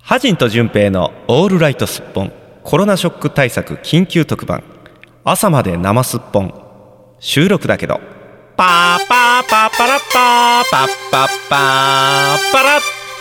ハジンと順平のオールライトスッポンコロナショック対策緊急特番、朝まで生スッポン収録だけどパーパーパーパラッパーパッパッパーパラッ。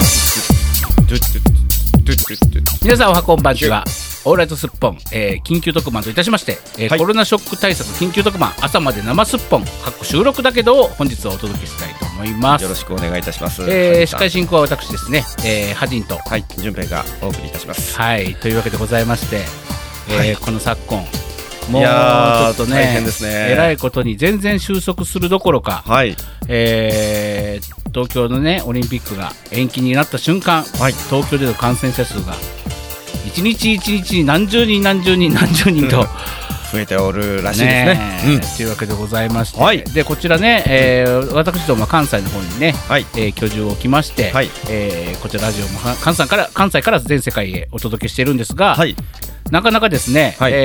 皆さんおはこんばんちは。オールライトスッポン、緊急特番といたしまして、 はい、 コロナショック対策緊急特番朝まで生スッポン収録だけどを本日はお届けしたいと思います。 よろしくお願いいたします。 司会進行は私ですね、ハジンと、 はい、順平がお送りいたします。 はい、というわけでございまして、 はい、 この昨今もうちょっとね、 大変ですね。 えらいことに全然収束するどころか、 はい、 東京のねオリンピックが延期になった瞬間、 はい、 東京での感染者数が一日一日に何十人と増えておるらしいですね。 というわけでございまして、 はい、 でこちらね、私ども関西の方にね、はい、居住を置きまして、はい、こちらラジオも関西から全世界へお届けしているんですが、はい、なかなかですね、はい、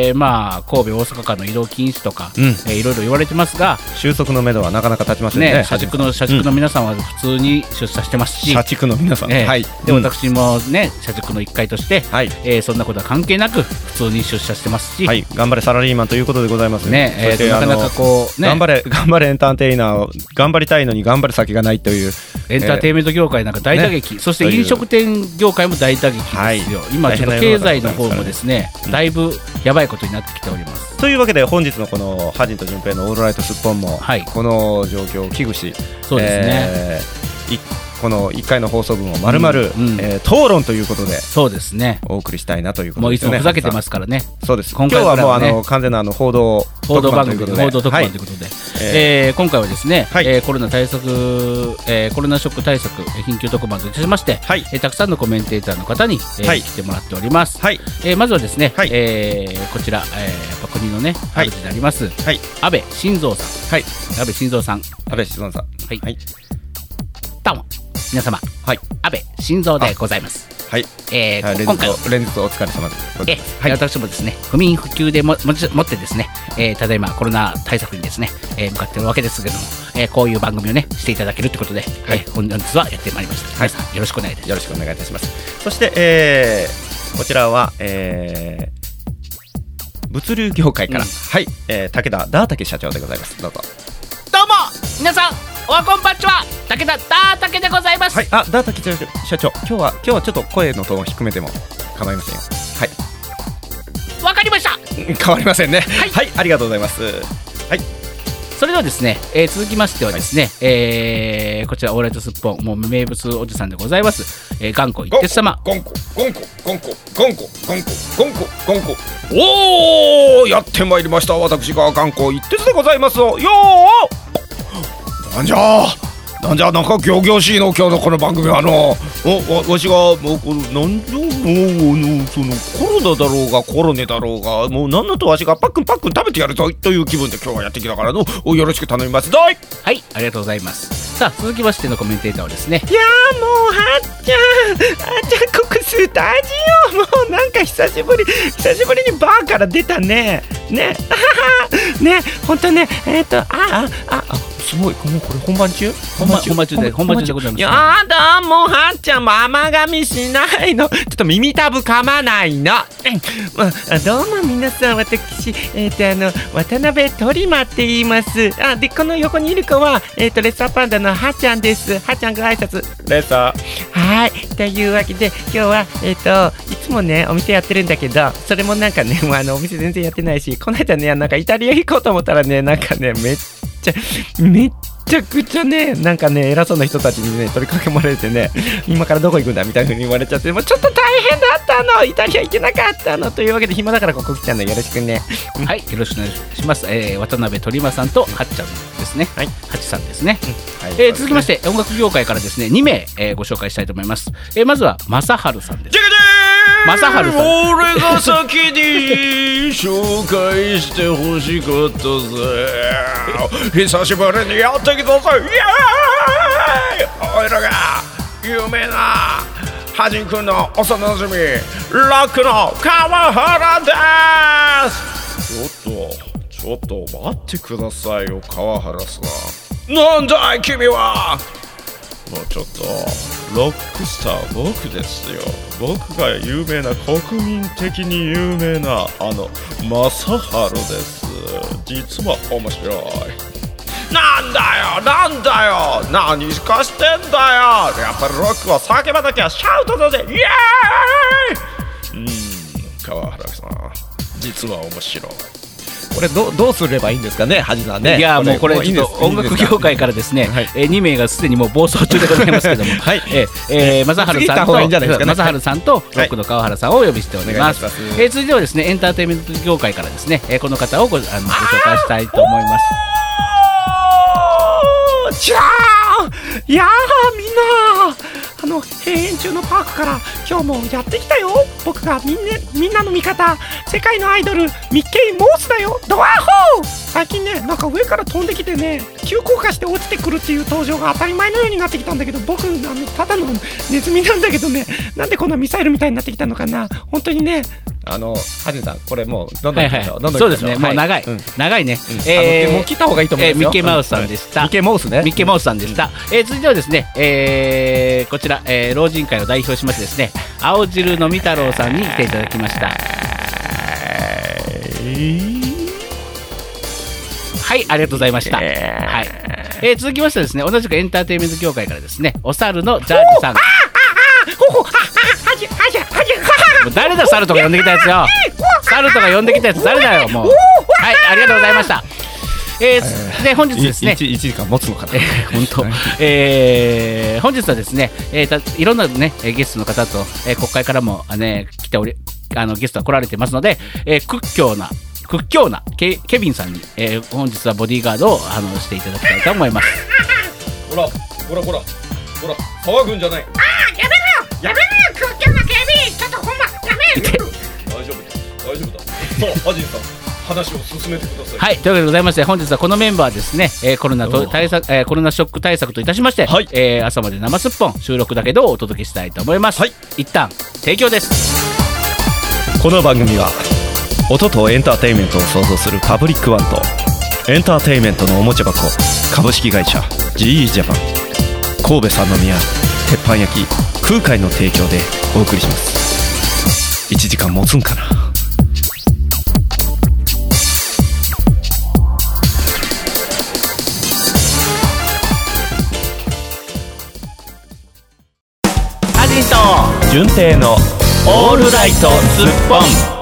まあ神戸大阪間の移動禁止とか、いろいろ言われてますが、 収束のめどはなかなか立ちませんね。 社畜の皆さんは普通に出社してますし、 社畜の皆さん、はい、 で私もね社畜の一環として、はい、そんなことは関係なく普通に出社してますし、 はい、頑張れサラリーマンということでございますね。 なかなかこう、ね、 頑張れエンターテイナー、頑張りたいのに頑張る先がないというエンターテインメント業界なんか大打撃、そして飲食店業界も大打撃ですよ、はい、今ちょっと経済の方もですね、だいぶやばいことになってきております。 というわけで本日のこのハジンと順平のオールライトスッポンも、はい、この状況を危惧し、 そうですね、 この1回の放送分を丸々、討論ということで、 そうですね、 お送りしたいなということですね。 もういつもふざけてますからね。 そうです。今日はもう完全な報道番組、報道特番ということで、今回はですね、コロナショック対策緊急特番といたしまして、たくさんのコメンテーターの方に来てもらっております。まずはですね、こちらやっぱ国のね主であります安倍晋三さん、安倍晋三さん、はい、どうも皆様、安倍晋三でございます。今回連日お疲れ様です。 私もですね不眠不休でもってですね、ただいまコロナ対策にですね、向かっているわけですけども、こういう番組をねしていただけるということで、本日はやってまいりました。皆さんよろしくお願いいたします。 よろしくお願いいたします。そして、こちらは、物流業界から、武田ダータケ社長でございます。どうぞ。 どうも皆さんおはこんばんちは、武田ダータケでございます。 ダータケ社長、今日はちょっと声のトーン低めでも構いませんよ。 わかりました。 変わりませんね。ありがとうございます。 それではですね、続きましてはですね、こちらオーライトスッポンもう名物おじさんでございます、頑固一徹様。 頑固おー、やってまいりました。私が頑固一徹でございますよ。なんじゃなんか仰々しいの今日のこの番組はわしがもうそのコロナだろうがコロネだろうがもうなんだとわしがパックン食べてやるぞという気分で今日はやってきたからよろしく頼みます。はい、 ありがとうございます。さあ続きましてのコメンテーターはですね、 いやもうはっちゃんここスタジオもうなんか久しぶりにバーから出たね本当ねすごい、もうこれ本番中でございます。やだもうはっちゃんも甘噛みしないの、ちょっと耳たぶ噛まないの。どうも皆さん、私渡辺トリマって言います。でこの横にいる子はレッサーパンダのはっちゃんです。はっちゃんが挨拶レッサー。というわけで今日はいつもねお店やってるんだけど、それもなんかねもうお店全然やってないし、この間ねなんかイタリア行こうと思ったらねなんかねめっちゃくちゃねなんかね偉そうな人たちにね取り囲まれてね、今からどこ行くんだみたいな風に言われちゃって、もうちょっと大変だったの、イタリア行けなかったのというわけで暇だからここ来たの、よろしくね。 はい、よろしくお願いします。渡辺鳥間さんとはっちゃんですね。はちさんですね。続きまして音楽業界からですね2名、ご紹介したいと思います。まずは正治さんです。正治さん、 俺が先に紹介してほしかったぜ。久しぶりにやってきたぜ。イエーイ。おいらが有名なハジン君の幼なじみラックの川原です。ちょっと待ってくださいよ川原さん。なんだい君は。 もうちょっとロックスター僕ですよ。僕が有名な国民的に有名な正治です。実は面白い。なんだよ何かしてんだよ。やっぱりロックは叫ばなきゃ。シャウトだぜ、イエーイ。川原さん実は面白い。 これどうすればいいんですかね、はじさんね。 いやもうこれちょっと音楽業界からですね、2名がすでにもう暴走中でございますけども、正治さんとロックの川原さんをお呼びしております。続いてはですね、エンターテインメント業界からですね、この方をご紹介したいと思います。 じゃあいやみんな閉園中のパークから今日もやってきたよ。僕がみんなの味方、世界のアイドルミッケイモースだよ。ドワホー。最近ね、なんか上から飛んできてね、急降下して落ちてくるっていう登場が当たり前のようになってきたんだけど、僕ただのネズミなんだけどね、なんでこんなミサイルみたいになってきたのかな。本当にね、はじさんこれもうどんどん行きましょう。 そうですね、もう長いね。 もう切った方がいいと思いますよ。 ミッケーマウスさんでした。 ミッケーマウスね。 ミッケーマウスさんでした。続いてはですね、こちら老人会を代表しましてですね、青汁のみ太郎さんに来ていただきました。はい、ありがとうございました。はい。続きましてですね、同じくエンターテインメント業界からですね、お猿のジャージさん。もう誰だ猿とか呼んできたやつよ。猿とか呼んできたやつ誰だよもう。はい、ありがとうございました。で本日ですね、 1時間持つのかな。 本当。本日はですね、いろんなねゲストの方と、国会からもね来てゲストが来られてますので、屈強なケビンさんに、本日はボディーガードをしていただきたいと思います。 ほら騒ぐんじゃない。 やめろよ屈強な警備員。ちょっとほんまやめろ。 大丈夫だ。さあハジンさん話を進めてください。 はい、というわけでございまして、本日はこのメンバーですね、コロナショック対策といたしまして、はい、朝まで生すっぽん収録だけどお届けしたいと思います。はい、一旦提供です。 この番組は音とエンターテインメントを創造するパブリックワンとエンターテインメントのおもちゃ箱株式会社 GE ジャパン神戸三宮鉄板焼き空海の提供でお送りします。1時間持つんかな。 ハジンと純正のオールライトスッポン。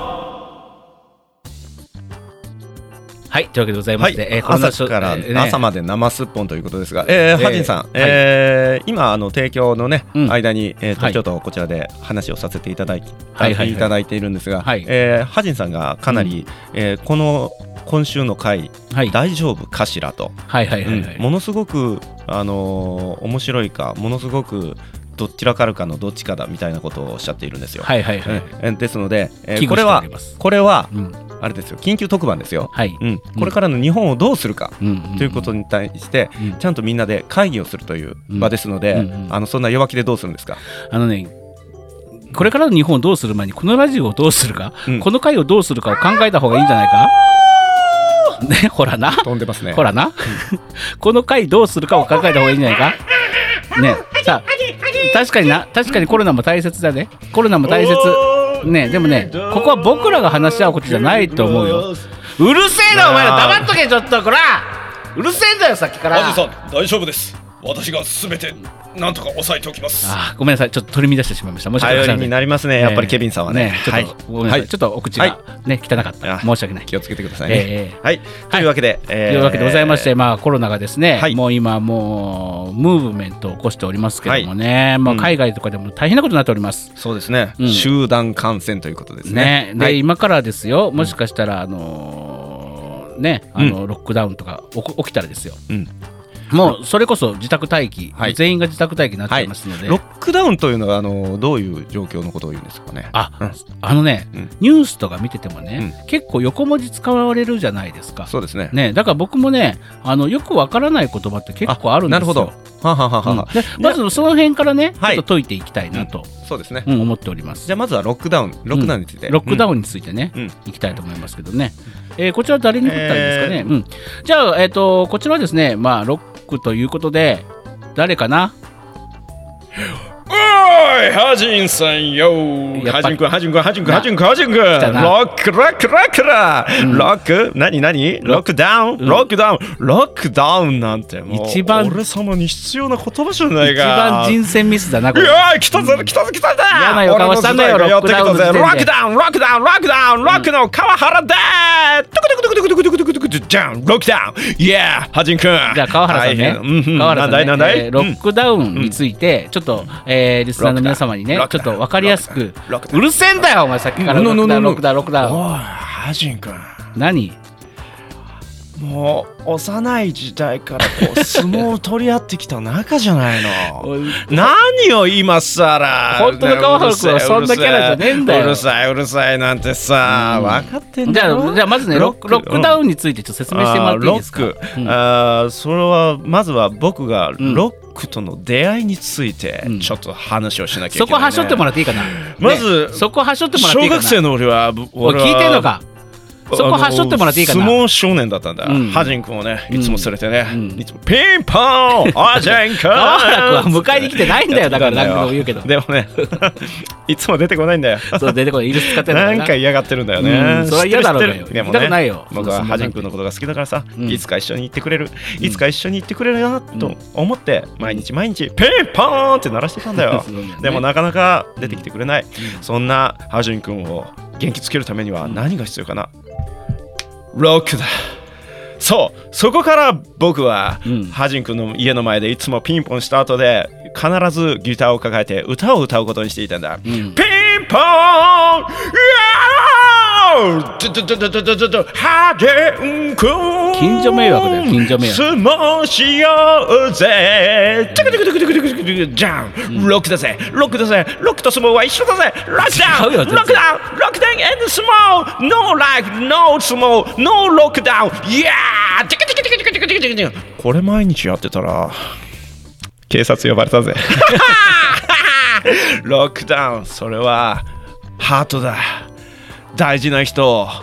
はい、というわけでございまして、 朝から朝まで生すっぽんということですが、ハジンさん、今提供のね、間にちょっとこちらで話をさせていただいているんですが、ハジンさんがかなり今週の回大丈夫かしらと、ものすごく面白いかものすごくどちらかるかのどっちかだみたいなことをおっしゃっているんですよ。ですので、これはあれですよ、緊急特番ですよ。これからの日本をどうするかということに対してちゃんとみんなで会議をするという場ですので、そんな弱気でどうするんですか。 これからの日本をどうする前にこのラジオをどうするか、この回をどうするかを考えた方がいいんじゃないかね。ほらな、 飛んでますね。 ほらなこの回どうするかを考えた方がいいんじゃないかね。さあ確かにコロナも大切だね。コロナも大切ね。でもね、ここは僕らが話し合うことじゃないと思うよ。うるせえなお前ら、黙っとけちょっと。こらうるせえんだよさっきから。 ハジさん大丈夫です。私が全てなんとか抑えておきます。 ごめんなさい、ちょっと取り乱してしまいました。申し訳ございません。 頼りになりますね、やっぱりケビンさんはね。 ちょっとごめんなさい、ちょっとお口がね汚かった。申し訳ない。 気をつけてくださいね。はい、というわけでございまして、コロナがですね、もう今もうムーブメントを起こしておりますけどもね、海外とかでも大変なことになっております。 そうですね、集団感染ということですね。 で今からですよ、もしかしたらロックダウンとか起きたらですよ、もうそれこそ自宅待機、全員が自宅待機になっちゃいますので、 ロックダウンというのはどういう状況のことを言うんですかね。 ニュースとか見ててもね、結構横文字使われるじゃないですか。 そうですね。 だから僕もね、よくわからない言葉って結構あるんですよ。なるほど。まずその辺からね、ちょっと解いていきたいなと、 そうですね、 思っております。 じゃあまずはロックダウンについて、 ロックダウンについてね、いきたいと思いますけどね。こちら誰に振ったらいいですかね。じゃあこちらはですね、ロックということで誰かな。 いハジンさんよ。ハジン君ロックダウンなんてもう一番俺様に必要な言葉じゃないか。 一番人選ミスだなこれ。 いや来たぞ嫌な予感はしたんだよ。ロックダウンの川原だじゃんロックダウンいやハジン君。 じゃあ川原さんね、 なんだいロックダウンについてちょっとリスナーの皆様にねちょっと分かりやすく。うるせえんだよお前さっきからロックダウン。 おいハジン君何もう幼い時代からこう相撲を取り合ってきた仲じゃないの。何を今さら本当の川原君はそんなキャラじゃねえんだよ。 うるさいなんてさ、分かってんだろ。 じゃあまずねロックダウンについてちょっと説明してもらっていいですか。 ロック、それはまずは僕がロックとの出会いについてちょっと話をしなきゃいけない、ね。 そこはしょってもらっていいかな。 まず、 そこはしょってもらっていいかな。 小学生の俺は聞いてんのか。そこはしょってもらっていいかな。 相撲少年だったんだ。ハジン君をねいつも連れてね、いつもピンポンハジン君川原君は迎えに来てないんだよ。だから何度も言うけどでもねいつも出てこないんだよ。 そう出てこない。イルス使ってるんだよなんか嫌がってるんだよね。 それは嫌だろうよ。 でもね僕はハジン君のことが好きだからさ、いつか一緒に行ってくれるなと思って毎日ピンポンって鳴らしてたんだよ。でもなかなか出てきてくれない。そんなハジン君を元気つけるためには何が必要かな。ロックだ。そこから僕は、ハジン君の家の前でいつもピンポンした後で必ずギターを抱えて歌を歌うことにしていたんだ。ピンポンハジン君近所迷惑だよ。近所迷惑。 相撲しようぜじゃんロックだぜロックと相撲は一緒だぜ。ロックダウン and 相撲 No life no 相撲 No ロックダウンいやーこれ毎日やってたら警察呼ばれたぜロックダウンそれはハートだ。大事な人を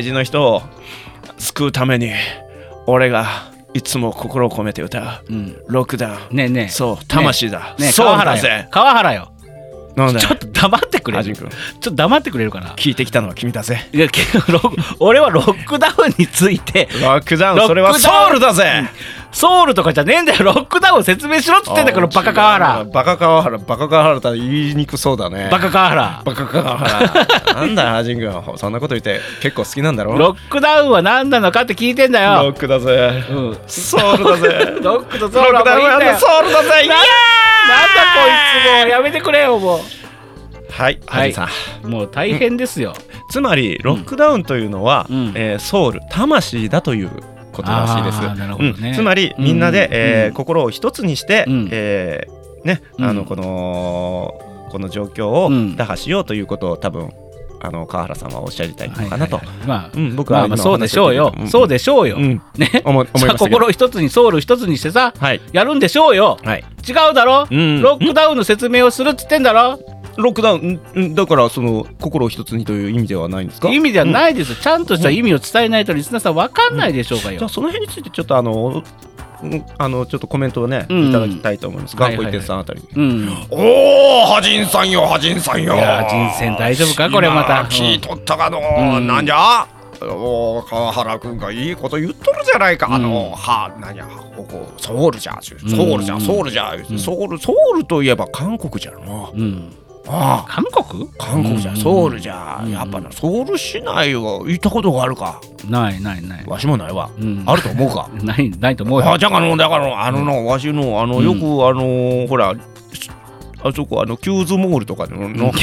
救うために俺がいつも心を込めて歌う、ロックダウン。 ねえそう魂だ。 そうだぜ。川原よなんだちょっと黙ってくれる。ちょっと黙ってくれるかな。 聞いてきたのは君だぜ。 いや俺はロックダウンについてロックダウンそれはソウルだぜ。 ソウルとかじゃねえんだよ。ロックダウン説明しろっつってんだこのバカ川原。 バカ川原と言いにくそうだね。 バカ川原なんだハジン君そんなこと言って結構好きなんだろ。 ロックダウンは何なのかって聞いてんだよ。 ロックだぜ、ソウルだぜロックとソウルはもういいんだよ。 ソウルだぜ。 なんだこいつもうやめてくれよもう。 はいハジさんもう大変ですよ。 つまりロックダウンというのはソウル魂だということらしいです。つまりみんなで心を一つにしてねこの状況を打破しようということを多分川原さんはおっしゃりたいのかなと。僕はそうでしょうよ。そうでしょうよ。ね心を一つにソウル一つにしてさやるんでしょうよ。違うだろ。ロックダウンの説明をするっつってんだろ。 ロックダウンだからその心を一つにという意味ではないんですか。 意味ではないです。ちゃんとした意味を伝えないとリスナーさん分かんないでしょうかよ。 じゃあその辺についてちょっとちょっとコメントをねいただきたいと思います。頑固一点さんあたり。おおハジンさんよ。いや人選大丈夫かこれまた。 聞いとったかの。なんじゃ川原君がいいこと言っとるじゃないか。なんやここソウルじゃソウルといえば韓国じゃろ。 韓国じゃソウルじゃやっぱな。ソウル市内は行ったことがあるか。 ないわしもないわ。あると思うか。 ないと思うよ。 だからわしのよくほらあそこキューズモールとかのロ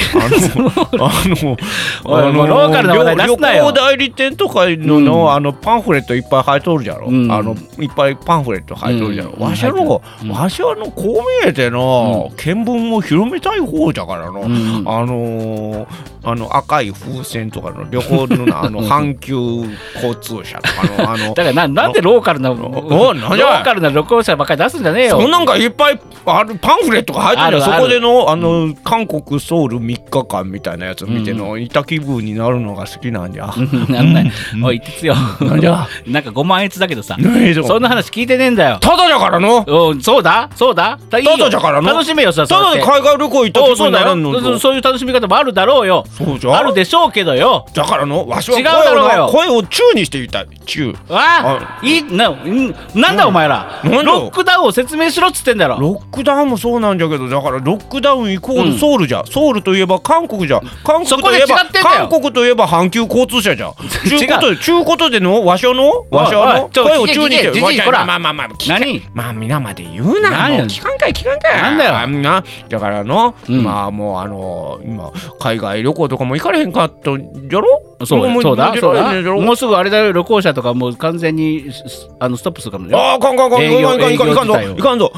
ーカルな話題出すなよ。 旅行代理店とかのパンフレットいっぱい入っとるじゃろ。いっぱいパンフレット入っとるじゃろ。わしはこう見えての見聞を広めたい方じゃからの赤い風船とかの旅行の阪急交通車とかのだからなんでローカルな旅行者ばっかり出すんじゃねえよ。 そんなんかいっぱいパンフレットが入ってる。そこでの韓国ソウル3日間みたいなやつ見てのいた気分になるのが好きなんじゃ。 なんだよおい鉄よ。なんか5万円だけどさ、そんな話聞いてねえんだよ。 ただじゃからの。 そうだただじゃからの。 楽しめよさ。 ただで海外旅行行った気分になるの。 そういう楽しみ方もあるだろうよ。 そうじゃあるでしょうけどよ。 だからのわしは声をチューにして言いたい。チュー。 なんだお前ら。ロックダウンを説明しろっつってんだろ。 ロックダウンもそうなんじゃけど、だからロックダウンイコールソウルじゃ。ソウルといえば韓国じゃ。韓国といえば阪急交通車じゃ。ちゅうことでのわしの声をチューにして。まあ皆まで言うな。聞かんかい。 なんだよ。 だからのまあもう今海外旅行とかも行かれへんかったじゃろ。 そうだもうすぐあれだよ。旅行者とかもう完全にストップするかもね。 いかんぞ。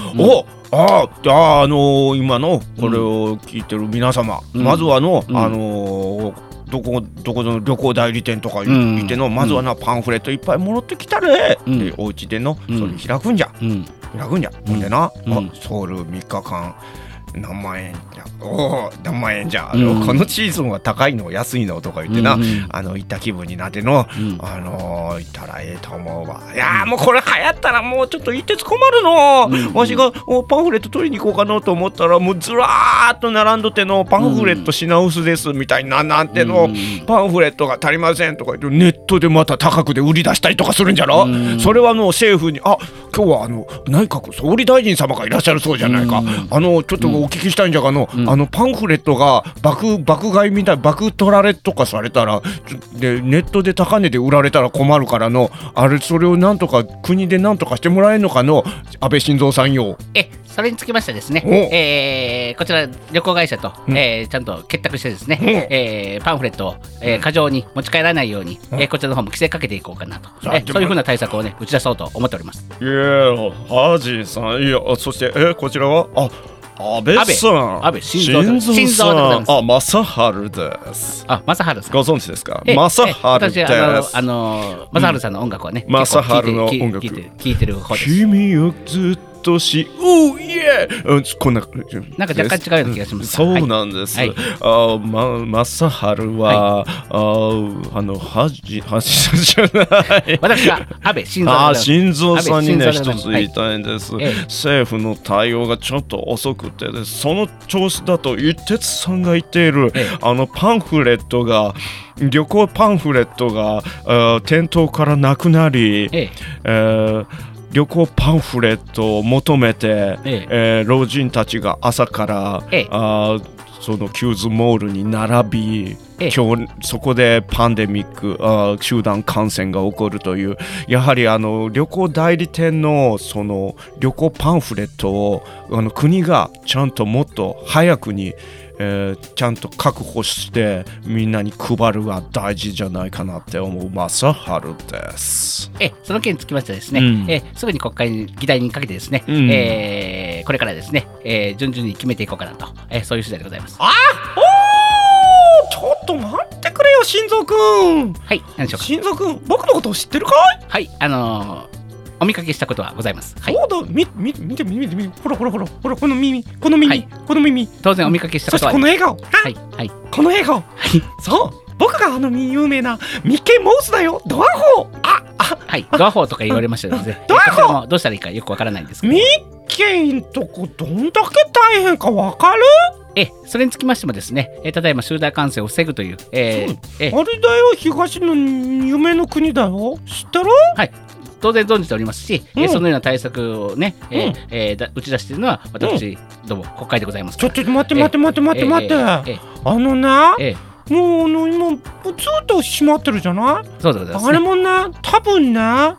今のこれを聞いてる皆様、まずはどこの旅行代理店とか行っての、まずはパンフレットいっぱいもらってきたれ。でお家でのそれ開くんじゃ。ほんでな、ソウル3日間何万円じゃ。何万円じゃ。このシーズンは高いの安いのとか言ってな、行った気分になっての、行ったらええと思うわ。いやもうこれ流行ったらもうちょっと一徹困るの。わしがパンフレット取りに行こうかなと思ったら、もうずらーっと並んどってのパンフレット品薄ですみたいな、なんてのパンフレットが足りませんとか言ってネットでまた高くで売り出したりとかするんじゃろ。それはもう政府に今日は内閣総理大臣様がいらっしゃるそうじゃないか。ちょっとお聞きしたいんじゃがパンフレットが爆買いみたい、爆取られとかされたらでネットで高値で売られたら困るからのそれをなんとか国でなんとかしてもらえるのかの安倍晋三さんよ。 それにつきましてですね、こちら旅行会社と、ちゃんと結託してですね、パンフレットを、過剰に持ち帰らないように、こちらの方も規制かけていこうかなと、そういうふうな対策をね打ち出そうと思っております。 いやハジさん、いやそしてこちらは安倍晋三さん、正治です。 正治ですか。 ご存知ですか。正治です。 正治さんの音楽はね、 正治の音楽聞いてる方です。 君をずっとこんななんか若干違うような気がします。 そうなんです。正治はじゃない。 私は安倍晋三さんにね一つ言いたいんです。政府の対応がちょっと遅くて、その調子だと一徹さんが言っているパンフレットが旅行パンフレットが店頭からなくなり、旅行パンフレットを求めて、老人たちが朝から、そのキューズモールに並び、今日そこでパンデミック集団感染が起こるという、やはり旅行代理店のその旅行パンフレットを国がちゃんともっと早くにちゃんと確保してみんなに配るが大事じゃないかなって思う正治です。 その件につきましてはですね、すぐに国会に議題にかけてですね、これからですね、順々に決めていこうかなと、そういう次第でございます。 ちょっと待ってくれよ晋三くん。 はい、何でしょうか。 晋三くん、僕のことを知ってるかい？ はい、お見かけしたことはございます。 そうだ、見て、ほら、この耳、この耳。 当然お見かけしたことは。 そしてこの笑顔。 はい。 この笑顔。そう、僕が有名なミッケーマウスだよ。ドアホー。 はい、ドアホーとか言われましたので、 ドアホー。 どうしたらいいかよくわからないんですけど。 ミッケーんとこどんだけ大変かわかる？ それにつきましてもですね、ただいま集団感染を防ぐという、あれだよ、東の夢の国だよ。知ってる？ はい。当然存じておりますし、そのような対策をね、打ち出しているのは私どうも国会でございますから。 ちょっと待って。もう今ずっと閉まってるじゃない？ そうでございます、 あれもね、多分ね、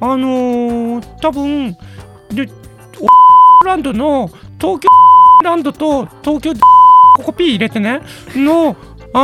でランドの東京ランドと東京ここ P 入れてねの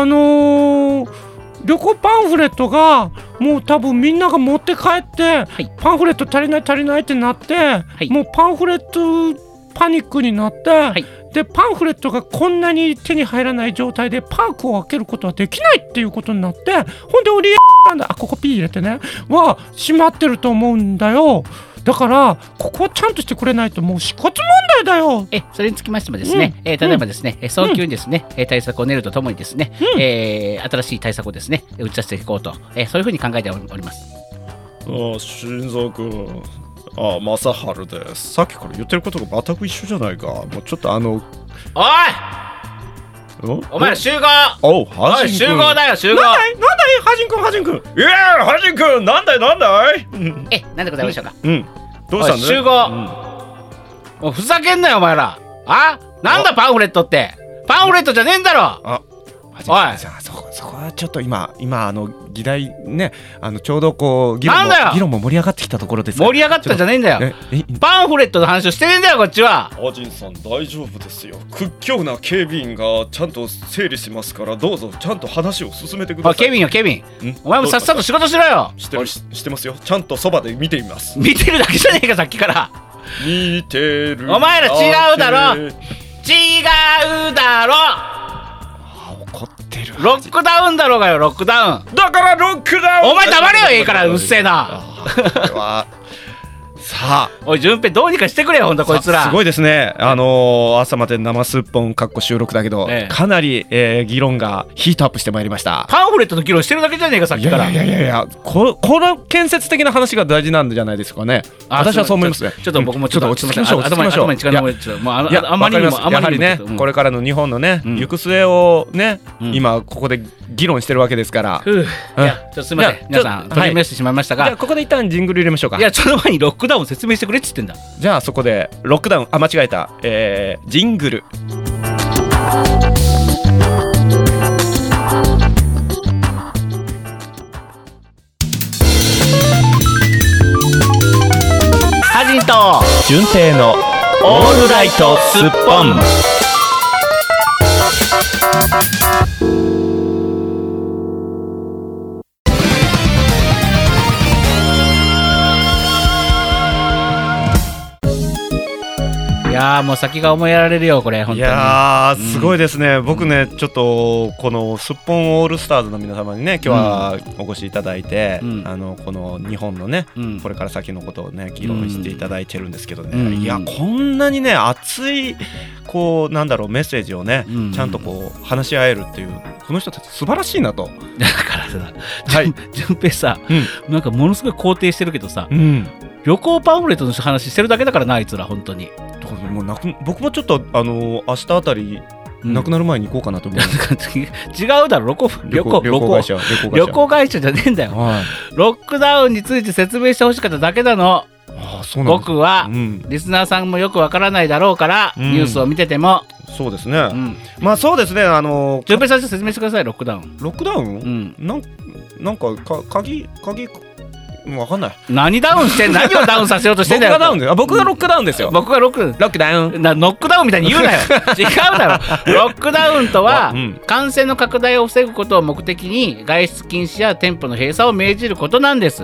旅行パンフレットがもう多分みんなが持って帰って、パンフレット足りないってなって、もうパンフレットパニックになって、 でパンフレットがこんなに手に入らない状態でパークを開けることはできないっていうことになって、ほんでオリエなんだ、ここ P 入れてねは閉まってると思うんだよ。だからここはちゃんとしてくれないともう死活問題だよ。 それにつきましてもですね、例えばですね、早急にですね、対策を練るとともにですね、新しい対策をですね打ち出していこうと、そういうふうに考えております。 心臓くん、正春です。さっきから言ってることが全く一緒じゃないか。もうちょっとおいお前ら集合。 おい集合だよ集合。 なんだいハジンくん。 いやハジンくん、なんだいなんでございましょうか。 どうしたんだ。 集合。もうふざけんなよお前ら。なんだパンフレットって。パンフレットじゃねえんだろ。 おい、そこはちょっと今議題ね、ちょうどこう議論も盛り上がってきたところです。 盛り上がったんじゃねえんだよ。パンフレットの話をしてねえんだよこっちは。 アジンさん大丈夫ですよ。屈強な警備員がちゃんと整理しますから、どうぞちゃんと話を進めてください。 警備員お前もさっさと仕事しろよ。 してますよ。ちゃんとそばで見ています。 見てるだけじゃねえかさっきから。 見てる。 お前ら違うだろ。 怒ってる。 ロックダウンだろうがよ、ロックダウン。 だからロックダウン。 お前黙れよ、いいからうっせえな。 これはさあ、 おい順平どうにかしてくれよ、ほんとこいつら。 すごいですね。朝まで生すっぽん収録だけど、かなり、議論がヒートアップしてまいりました。 パンフレットの議論してるだけじゃねえかさっきから。 いやこの建設的な話が大事なんじゃないですかね。私はそう思いますね。 ちょっと僕もちょっと落ち着きましょう。頭に力が入ってあまりにもやはりね、これからの日本のね行く末をね、今ここで議論してるわけですから。 いやちょっとすみません、皆さん取り乱してしまいましたが、 じゃあここで一旦ジングル入れましょうか。 いやその前にロックダウン説明してくれっつってんだ。 じゃあそこでロックダウン、間違えた、ジングル。 ハジンと順平のオールライトスッポン。 いやもう先が思いやられるよこれ本当に。 いやすごいですね。僕ねちょっとこのすっぽんオールスターズの皆様にね今日はお越しいただいて、この日本のね、これから先のことをね議論していただいてるんですけどね、いやこんなにね熱いこうなんだろうメッセージをね、ちゃんとこう話し合えるっていうこの人たち素晴らしいなと。 だからさ、順平さ、なんかものすごい肯定してるけどさ、旅行パンフレットの話してるだけだからなあいつら本当に。 もう僕もちょっと明日あたり亡くなる前に行こうかなと思う。 違うだろ、旅行会社じゃねえんだよ、ロックダウンについて説明してほしかっただけなの。僕は、リスナーさんもよくわからないだろうから、ニュースを見てても。 そうですね、まあそうですね。 順平さん説明してください。ロックダウンなんか鍵わかんない。 何ダウンしてん、何をダウンさせようとしてんだよ。 僕がロックダウンですよ。 僕がロックダウンノックダウンみたいに言うなよ。違うだろ。ロックダウンとは、感染の拡大を防ぐことを目的に外出禁止や店舗の閉鎖を命じることなんです。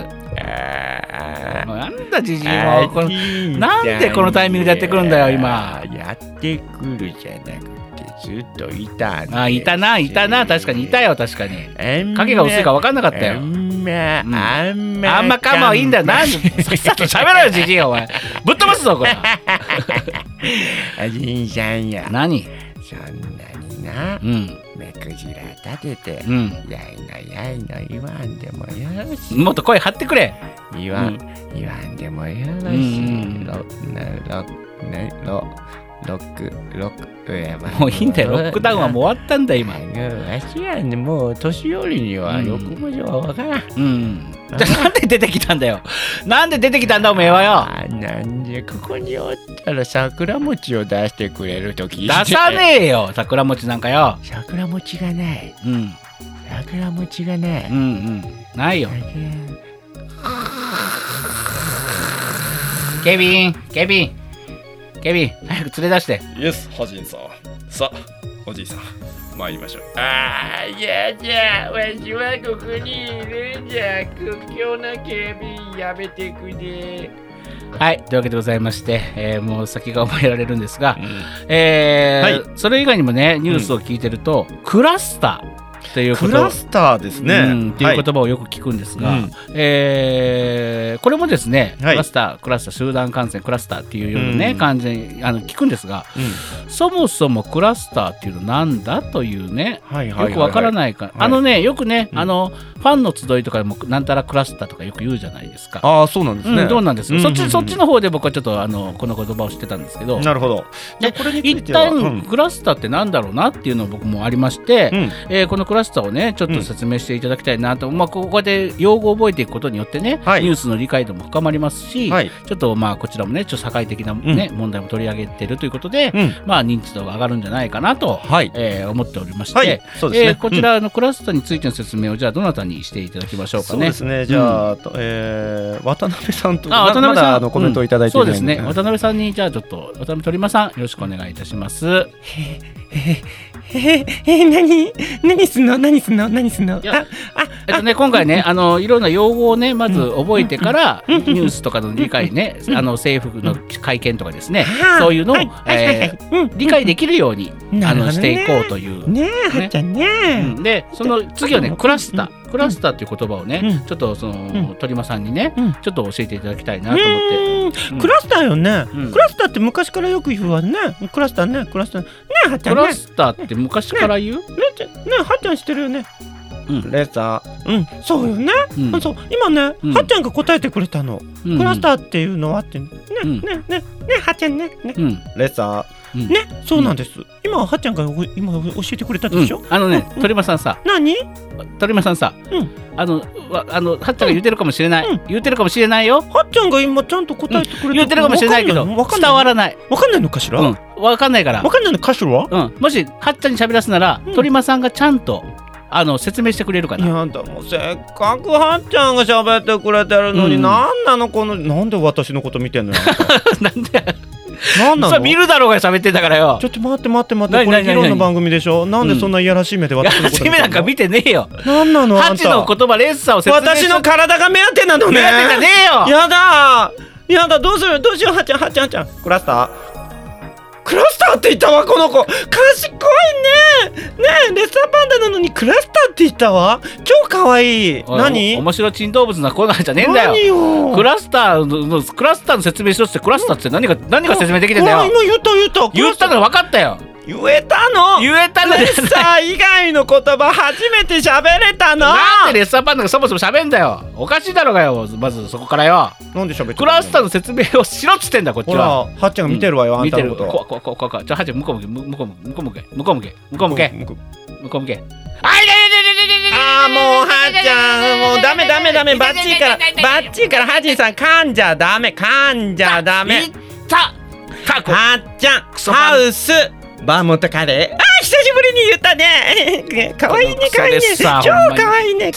なんだジジイもなんでこのタイミングでやってくるんだよ今。 やってくるじゃなくてずっといた。 いたな確かにいたよ。確かに影が薄いか分かんなかったよ。あんまかもいいんだよ。なんでさっと喋ろよジジイお前。ぶっ飛ばすぞこれ。 あじんさんや。 何そんなにな、目くじら立てて、やいの言わんでもよし。 もっと声張ってくれ。 言わんでもよし。ロックもういいんだよ。ロックダウンはもう終わったんだ今。 わしやねもう年寄りにはよくもじゃわからん。 じゃあなんで出てきたんだよ。なんで出てきたんだおめえはよ。 なんでここにおったら桜餅を出してくれると聞いて。 出さねえよ桜餅なんかよ。 桜餅がない。桜餅がない。 ないよ。ケビン早く連れ出して。 イエスハジンさん。さあおじいさん参りましょう。 いやじゃあわしはここにいるんじゃ。屈強な警備員やめてくれ。 はい、というわけでございまして、もう先が思いやられるんですが、それ以外にもねニュースを聞いてると、クラスターということ、 クラスターですね、 っていう言葉をよく聞くんですが、これもですね、クラスター集団感染クラスターっていうようなね、感じに聞くんですが、そもそもクラスターっていうのはなんだというね、よくわからないから、よくね、ファンの集いとかでもなんたらクラスターとかよく言うじゃないですか。 ああ、そうなんですね。 どうなんですか。そっちの方で僕はちょっとこの言葉を知ってたんですけど。 なるほど。 で一旦クラスターってなんだろうなっていうのを僕もありまして、このクラスターをねちょっと説明していただきたいなと、ここで用語を覚えていくことによってね、ニュースの理解度も深まりますし、ちょっとこちらもねちょっと社会的なね、問題も取り上げてるということで、認知度が上がるんじゃないかなと思っておりまして、こちらのクラスターについての説明をじゃあどなたにしていただきましょうかね。 そうですね。じゃあ渡辺さんとまだコメントをいただいていないので、 そうですね。渡辺さんにじゃあちょっと渡辺鳥間さんよろしくお願いいたします。 何すんの今回ねいろんな用語をねまず覚えてからニュースとかの理解ね政府の会見とかですね、そういうのを理解できるようにしていこうというねはっちゃんね。 でその次はねクラスターっていう言葉をねちょっとその鳥間さんにねちょっと教えていただきたいなと思って。 クラスターよね。クラスターって昔からよく言うわね。クラスターねはっちゃんね。 クラスターって昔から言う？ ねはっちゃん知ってるよね。レッサー。そうよね。そう今ねはっちゃんが答えてくれたの。クラスターっていうのはってねはっちゃんね。レッサー。ね、そうなんです。今はっちゃんが今教えてくれたでしょ。 鳥間さんさ。鳥間さんさ。はっちゃんが言ってるかもしれない。言ってるかもしれないよ。 はっちゃんが今ちゃんと答えてくれた。 言ってるかもしれないけど伝わらない。 わかんないのかしら。 わかんないから。 わかんないのかしら。 もしはっちゃんに喋らすなら鳥間さんがちゃんと説明してくれるかな。 いやだもうせっかくはっちゃんが喋ってくれてるのに、なんなのなんで私のこと見てんのよ。 なんでなんなの。見るだろうが喋ってんだからよ。 ちょっと待ってこれ議論の番組でしょ。なんでそんないやらしい目で私のこと見てんの。 いやらしい目なんか見てねえよ。 なんなのあんた。 ハチの言葉レッサーを説明して。 私の体が目当てなのね。 目当てじゃねえよ。 やだどうしようはっちゃんクラスターって言ったわこの子。賢いね。レッサーパンダなのにクラスターって言ったわ。超可愛い。何？ 面白珍動物なコーナーじゃねえんだよ。 何よ。 クラスターの説明しろってクラスターって何が説明できてんだよ。 今言ったの分かったよ。 言えたのレッサー以外の言葉初めて喋れたの。 なんでレッサーパンダがそもそも喋んだよ。おかしいだろうがよ。まずそこからよ。 なんで喋ってクラスターの説明をしろっつってんだこっちは。 はっちゃんが見てるわよ、あんたのこと。 怖じゃあはっちゃん向こう向け。 あーもうはっちゃんもうダメバッチリからはっちんさん噛んじゃダメ。はっちゃんハウスバーモントカレー。久しぶりに言ったね。かわいいね超かわいいね。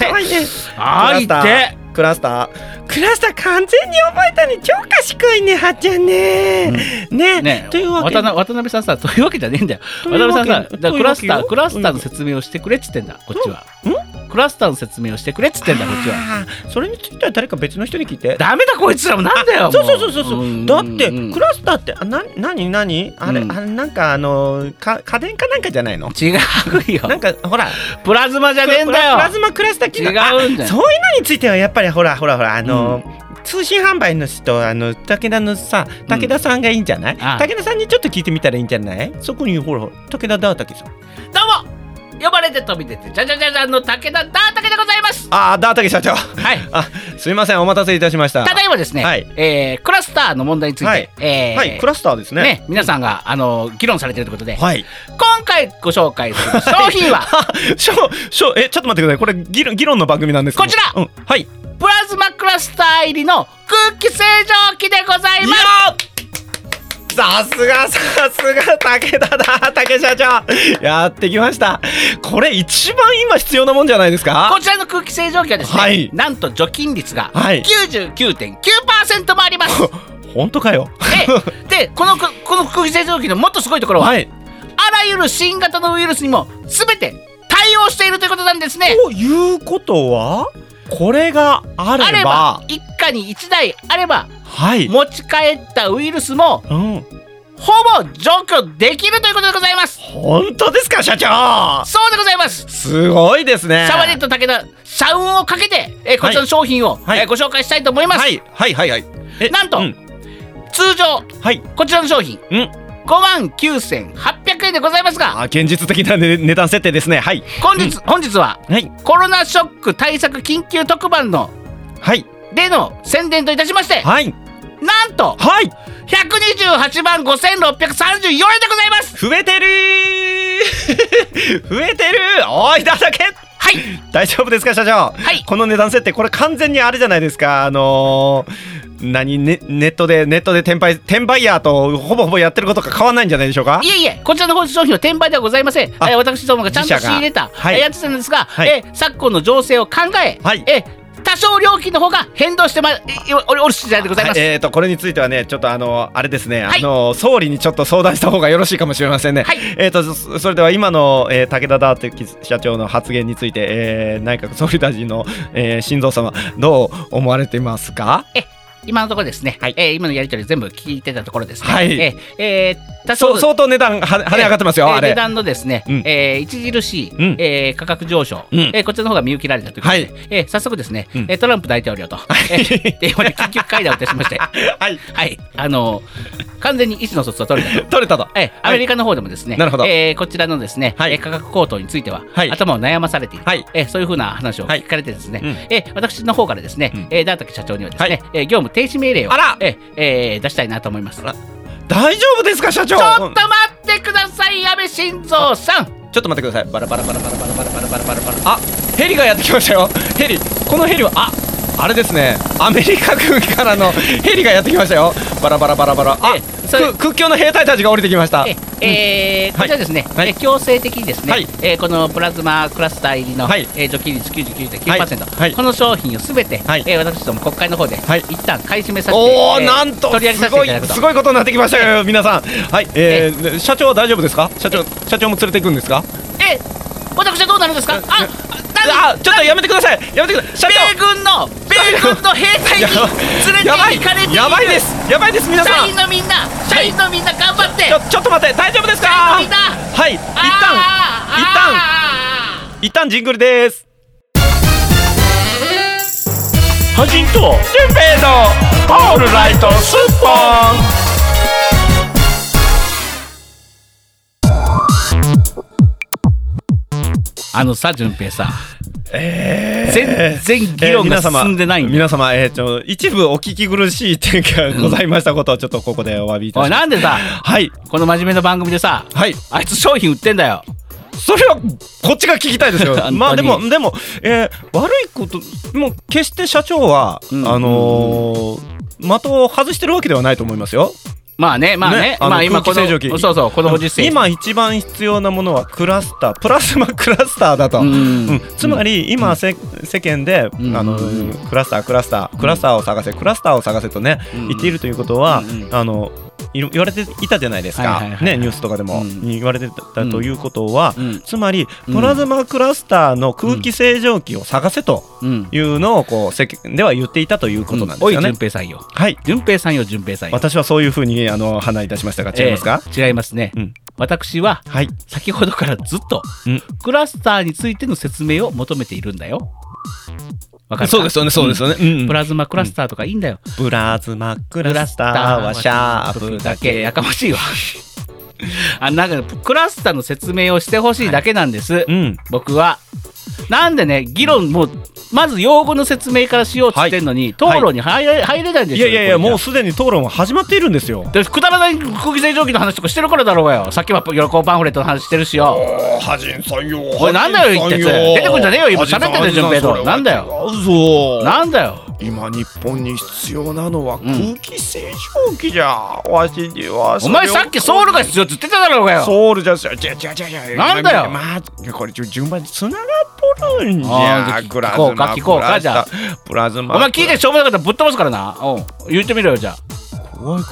クラスター完全に覚えたね。超賢いねはっちゃんね。というわけで渡辺さんさそういうわけじゃねえんだよ。渡辺さんさクラスターの説明をしてくれっつってんだこっちは。クラスターの説明をしてくれっつってんだこっちは。 それについては誰か別の人に聞いて。 ダメだこいつらもなんだよ。 そうだってクラスターって何あれなんか家電かなんかじゃないの。 違うよ。 なんかほらプラズマじゃねえんだよ。 プラズマクラスター機能。 違うんだよ。 そういうのについてはやっぱりほら通信販売の人武田さんがいいんじゃない。武田さんにちょっと聞いてみたらいいんじゃない。そこにほら武田ダータケさん。どうも呼ばれて飛び出てじゃの武田ダータケでございます。 ダータケ社長。すいませんお待たせいたしました。 ただいまですねクラスターの問題についてクラスターですね。 皆さんが議論されているということで今回ご紹介する商品はちょっと待ってください。これ議論の番組なんですけどこちらプラズマクラスター入りの空気清浄機でございます。 さすが武田だ武社長やってきました。これ一番今必要なもんじゃないですか。 こちらの空気清浄機はですね、なんと除菌率が 99.9% もあります。 本当かよ。 でこの空気清浄機のもっとすごいところは、あらゆる新型のウイルスにも全て対応しているということなんですね。 ということはこれがあれば一家に1台あればはい、 持ち帰ったウイルスも、ほぼ除去できるということでございます。 本当ですか社長。 そうでございます。 すごいですね。 シャワネット武田社運をかけて、こちらの商品を、ご紹介したいと思います。 はいはいはいはい。 なんと、通常、こちらの商品、59,800円でございますが、 現実的な値段設定ですね。はい。 本日は、コロナショック対策緊急特番のでの宣伝といたしまして、なんと、128万5,634円でございます。 増えてる増えてる。おいだだけ。 はい、 大丈夫ですか社長。この値段設定、これ完全にあれじゃないですか。ネットで転売ヤーとほぼほぼやってることが変わらないんじゃないでしょうか。 いえ、こちらの商品は転売ではございません。私どもがちゃんと仕入れたやつなんですが、昨今の情勢を考え、多少料金の方が変動しておる次第でございます。 これについてはね、ちょっとあれですね、総理にちょっと相談した方がよろしいかもしれませんね。それでは今の、武田大樹社長の発言について、内閣総理大臣の、新蔵様どう思われていますか。 今のところですね、今のやり取り全部聞いてたところですね、 相当値段跳ね上がってますよ。 値段のですね、著しい、価格上昇、こちらの方が見受けられたということで、早速ですね、トランプ大統領と電話で緊急会談をいたしまして、完全に意思の疎通は取れたと。アメリカの方でもですね、こちらのですね、価格高騰については頭を悩まされている、そういうふうな話を聞かれてですね、私の方からですね、大竹社長にはですね、業務停止命令を出したいなと思います。 大丈夫ですか社長。 ちょっと待ってください安倍晋三さん。 ちょっと待ってください。バラあ、ヘリがやってきましたよ。このヘリはあれですね、アメリカ軍からのヘリがやってきましたよ。バラ屈強の兵隊たちが降りてきました。こちらですね、強制的にですね、このプラズマクラスター入りの除菌率 99.9%、この商品をすべて私ども国会の方で一旦買い占めさせて、 なんと取り上げさせていただくと。 すごいことになってきましたよ皆さん。社長は大丈夫ですか。社長も連れていくんですか。 私はどうなるんですか。 ちょっとやめてください。社長、 米軍の兵隊に連れて行かれている。やばいです皆さん。社員のみんな頑張って。 ちょっと待って、大丈夫ですか。 みんな、 一旦ジングルです。 ハジンとジュンペイのオールライトスッポン。 さ順平さ、全然議論が進んでないんで、 皆様、一部お聞き苦しい点がございましたことをちょっとここでお詫びいたします。 なんでさ、この真面目な番組でさ、あいつ商品売ってんだよ。 それはこっちが聞きたいですよ。でも悪いことも決して社長は的を外してるわけではないと思いますよ。 今このご時世今一番必要なものはプラズマクラスターだと。つまり今世間でクラスターを探せとね言っているということは言われていたじゃないですかね、ニュースとかでも言われてたということは、つまりプラズマクラスターの空気清浄機を探せというのを世間では言っていたということなんですよね。 おい順平さんよ。順平さんよ。 私はそういうふうに話いたしましたが、違いますか。 違いますね。私は先ほどからずっとクラスターについての説明を求めているんだよ。 そうですよね。 プラズマクラスターとかいいんだよ。 プラズマクラスターはシャープだけ。 やかましいわ。なんかクラスターの説明をしてほしいだけなんです、僕は。なんでね、議論もまず用語の説明からしようって言ってんのに、討論に入れないんですよ。 いやもうすでに討論は始まっているんですよ。 くだらない空気清浄機の話とかしてるからだろうがよ。さっきは旅行パンフレットの話してるしよ。 ハジンさんよ。 おいなんだよ言って出てくんじゃねえよ。今喋ってる順平と。なんだよ。なんだよ。 今日本に必要なのは空気清浄機じゃ。わしにはお前さっきソウルが必要って言ってただろうがよ。 ソウルじゃ違うなんだよ。 これ順番に繋がっとるんじゃ。 聞こうかじゃあ。 プラズマ。 お前聞いてしょうもなかったらぶっ飛ばすからな。言ってみろよじゃあ。 怖いからやめ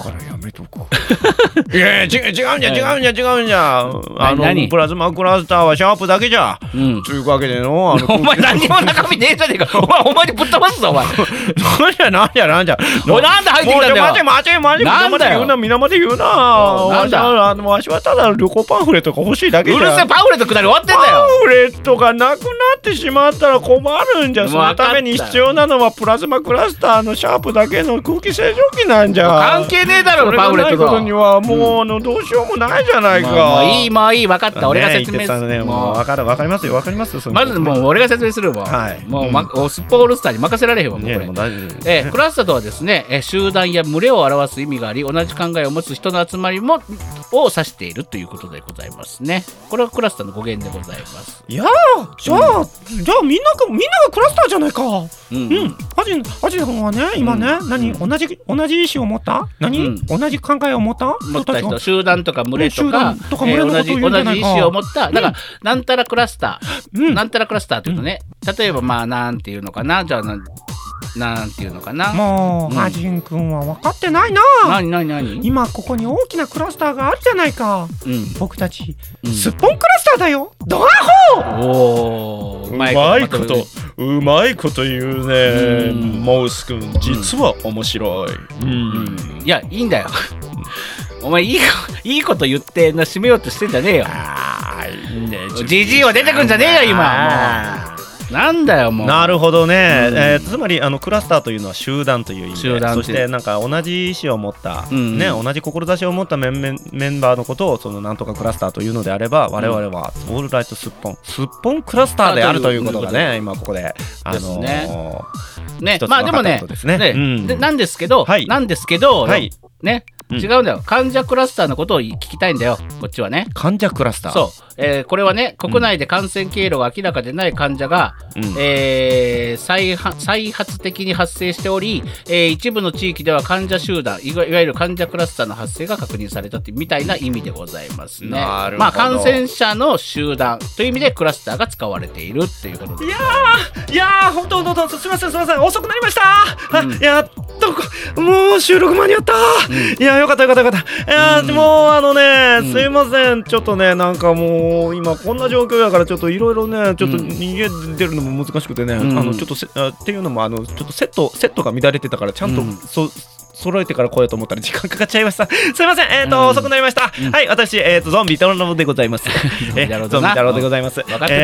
めとこう。いや違うんじゃ。プラズマクラスターはシャープだけじゃ。というわけでの。 お前何にも中身ねえじゃねえか。お前にぶっ飛ばすぞお前。 なんじゃ。 なんで入ってきたんだよ。 待て。 なんだよ。 皆まで言うな。わしはただ旅行パンフレットが欲しいだけじゃ。 うるせえ、パンフレットくだり終わってんだよ。 パンフレットがなくなってしまったら困るんじゃ。そのために必要なのはプラズマクラスターのシャープだけの空気清浄機なんじゃ。 関係ねえだろパンフレットと。 それがないことにはもうどうしようもないじゃないか。 もういい分かった。俺が説明する。 わかりますよ。 まずもう俺が説明するわ。もうスッポールスターに任せられへんわ。クラスターとはですね、集団や群れを表す意味があり、同じ考えを持つ人の集まりを指しているということでございますね。これはクラスターの語源でございます。 いやじゃあみんながクラスターじゃないか。アジ君はね今ね、同じ意思を持った？同じ考えを持った人、集団とか群れとか同じ意思を持った。だからなんたらクラスター、なんたらクラスターっていうとね、例えばなんていうのかな、じゃあなんていうのかな。 もうアジン君は分かってないな。 何今ここに大きなクラスターがあるじゃないか。僕たちすっぽんクラスターだよ。ドアホー。 うまいこと言うね。モース君実は面白い。 いやいいんだよ。お前いいこと言って締めようとしてんじゃねえよ。ジジイは出てくんじゃねえよ今。なんだよもう。 なるほどね。つまりクラスターというのは集団という意味で、そしてなんか同じ意思を持った、同じ志を持ったメンバーのことをそのなんとかクラスターというのであれば、我々はオールライトすっぽんクラスターであるということがね、今ここでまあでもね、なんですけどね、違うんだよ。患者クラスターのことを聞きたいんだよ、こっちはね。 患者クラスター。 そう。これはね、国内で感染経路が明らかでない患者が、再発的に発生しており、一部の地域では患者集団、いわゆる患者クラスターの発生が確認されたみたいな意味でございますね。まあ感染者の集団という意味でクラスターが使われているっていうことで。 いやー本当すみません遅くなりました。やっともう収録間に合った。いやよかった。いやでもすいません、ちょっとねなんかもう今こんな状況やからちょっといろいろねちょっと逃げ出るのも難しくてね、ちょっとっていうのもちょっとセットが乱れてたからちゃんと揃えてから来ようと思ったら時間かかっちゃいました。すいません、遅くなりました。はい、私ゾンビ太郎でございます。ゾンビ太郎でございます。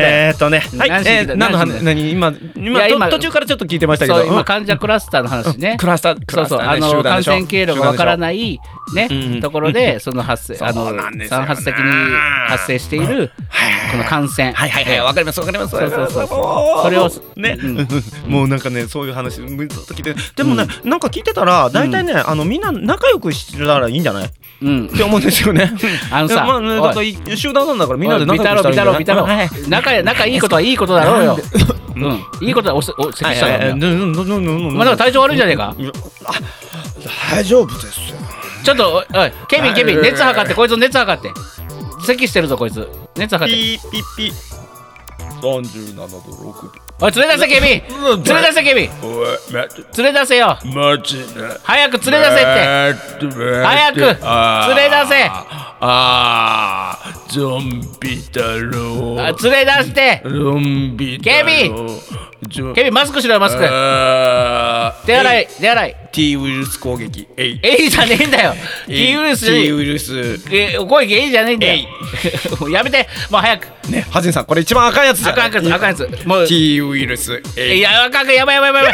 何今途中からちょっと聞いてましたけど、 今患者クラスターの話ね。 クラスター感染経路がわからないねところでその発生散発的に発生しているこの感染。 わかります。それをねもうなんかねそういう話ずっと聞いて、でもねなんか聞いてたら大体ねみんな仲良くしたらいいんじゃない？って思うんですよね。 さ、 だから集団なんだからみんなで仲良くしたらいいんじゃない？ 仲いいことはいいことだろうよ。いいことだ。咳したんだよ。まあだから体調悪いんじゃねえか？ 大丈夫ですよ。 ちょっとおいケビン熱測って、こいつ熱測って。咳してるぞこいつ。熱測って。 ピッ37度6分。 おい連れ出せケビン。連れ出せよ。 マジで早く連れ出せって。早く連れ出せ。 ゾンビ太郎。 連れ出して。 ゾンビ太郎。 ケビンマスクしろよマスク。手洗い。 T ウイルス攻撃。 じゃねえんだよ。T ウイルス。攻撃じゃねえんだよ。もうやめて、もう早く。 ね、ハジンさんこれ一番赤いやつじゃん。 赤いやつ。もう T ウイルス。 いや赤くやばい。やめろよ。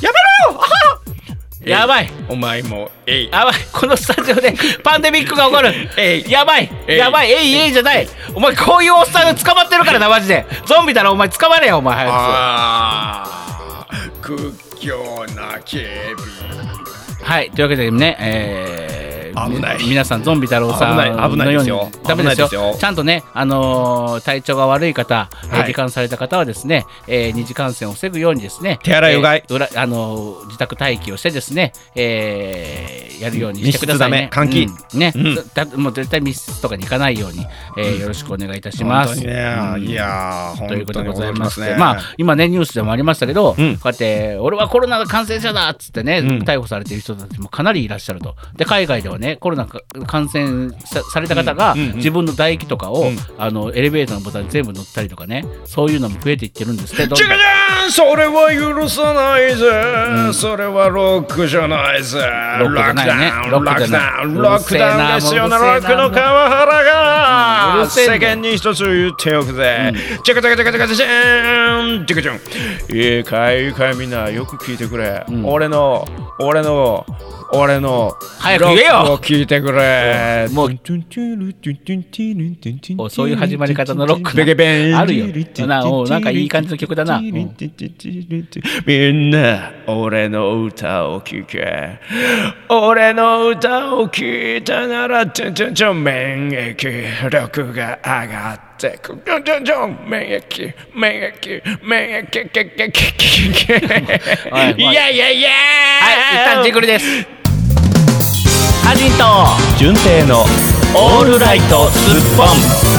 やばい。 お前もやばい。このスタジオでパンデミックが起こる。やばい。じゃない。お前こういうおっさんが捕まってるからなマジで。ゾンビだろお前捕まれよお前早く。屈強な警備。 はい、というわけでね、 危ない。 皆さんゾンビ太郎さんのようにダメですよ。ちゃんとね、体調が悪い方、罹患された方はですね、二次感染を防ぐようにですね、 手洗いうがい、 自宅待機をしてですね、やるようにしてくださいね。 換気ね、もう絶対密室とかに行かないように、よろしくお願いいたします。 いやということでございまして、まあ今ねニュースでもありましたけど、こうやって俺はコロナの感染者だっつってね、逮捕されている人たちもかなりいらっしゃると。で海外ではねね、コロナ感染 された方が自分の唾液とかを、エレベーターのボタンに全部乗ったりとかね、そういうのも増えていってるんですけど、 違うじゃん、それは許さないぜ、それはロックじゃないぜ、ロックダウン、ロックダウンですよね、ロックの川原が世間に一つ言っておくぜ、チャカチャカチャカチャカチャンチャカチャン、いいかいみんなよく聞いてくれ、俺の早く言えよ、 ロックを聞いてくれ、 もうそういう始まり方のロックあるよなんかいい感じの曲だな、 みんな俺の歌を聴け、俺の歌を聴いたなら免疫力が上がってく、免疫いやいやいや、 はい、一旦ジングルです。ハジンと純正のオールライトスッポン。